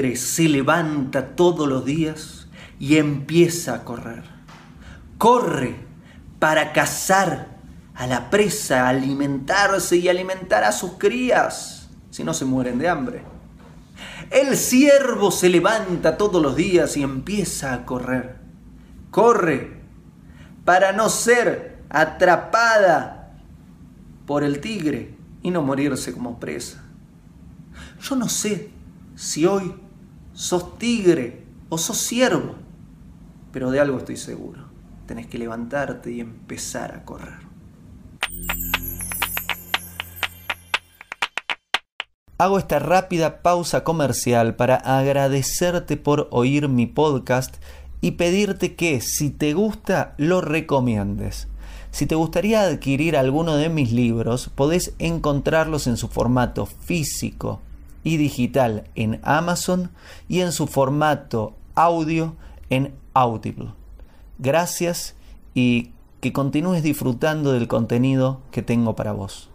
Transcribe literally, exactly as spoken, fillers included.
tigre se levanta todos los días y empieza a correr. Corre para cazar a la presa, alimentarse y alimentar a sus crías, si no se mueren de hambre. El ciervo se levanta todos los días y empieza a correr. Corre para no ser atrapada por el tigre y no morirse como presa. Yo no sé si hoy sos tigre o sos ciervo, pero de algo estoy seguro. Tenés que levantarte y empezar a correr. Hago esta rápida pausa comercial para agradecerte por oír mi podcast y pedirte que, si te gusta, lo recomiendes. Si te gustaría adquirir alguno de mis libros, podés encontrarlos en su formato físico y digital en Amazon y en su formato audio en Audible. Gracias y que continúes disfrutando del contenido que tengo para vos.